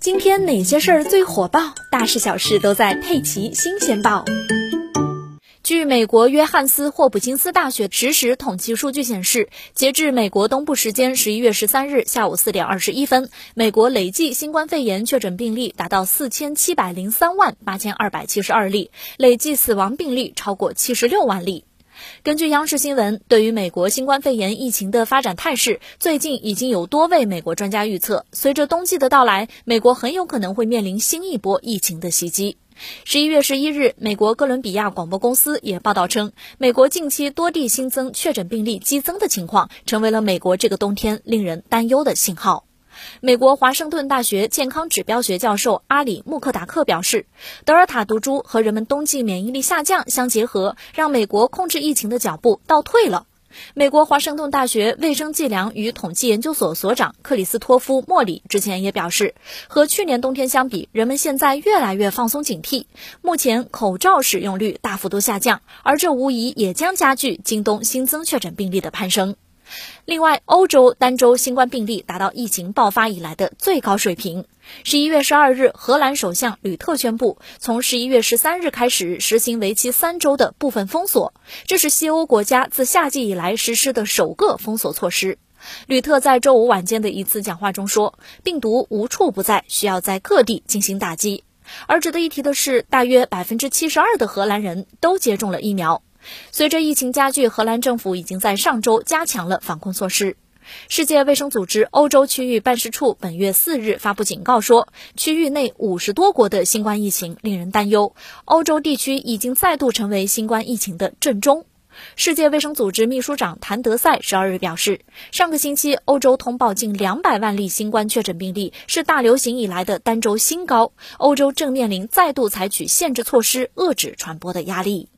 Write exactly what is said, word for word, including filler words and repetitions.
今天哪些事儿最火爆？大事小事都在《佩奇新鲜报》。据美国约翰斯霍普金斯大学实时统计数据显示，截至美国东部时间十一月十三日下午四点二十一分，美国累计新冠肺炎确诊病例达到四千七百零三万八千二百七十二例，累计死亡病例超过七十六万例。根据央视新闻，对于美国新冠肺炎疫情的发展态势，最近已经有多位美国专家预测，随着冬季的到来，美国很有可能会面临新一波疫情的袭击。十一月十一日，美国哥伦比亚广播公司也报道称，美国近期多地新增确诊病例激增的情况，成为了美国这个冬天令人担忧的信号。美国华盛顿大学健康指标学教授阿里穆克达克表示，德尔塔毒株和人们冬季免疫力下降相结合，让美国控制疫情的脚步倒退了。美国华盛顿大学卫生计量与统计研究所所长克里斯托夫·莫里之前也表示，和去年冬天相比，人们现在越来越放松警惕，目前口罩使用率大幅度下降，而这无疑也将加剧今冬新增确诊病例的攀升。另外，欧洲单周新冠病例达到疫情爆发以来的最高水平。十一月十二日，荷兰首相吕特宣布，从十一月十三日开始实行为期三周的部分封锁，这是西欧国家自夏季以来实施的首个封锁措施。吕特在周五晚间的一次讲话中说，病毒无处不在，需要在各地进行打击。而值得一提的是，大约 百分之七十二 的荷兰人都接种了疫苗。随着疫情加剧，荷兰政府已经在上周加强了防控措施。世界卫生组织欧洲区域办事处本月四日发布警告说，区域内五十多国的新冠疫情令人担忧，欧洲地区已经再度成为新冠疫情的震中。世界卫生组织秘书长谭德赛十二日表示，上个星期欧洲通报近两百万例新冠确诊病例，是大流行以来的单周新高，欧洲正面临再度采取限制措施遏制传播的压力。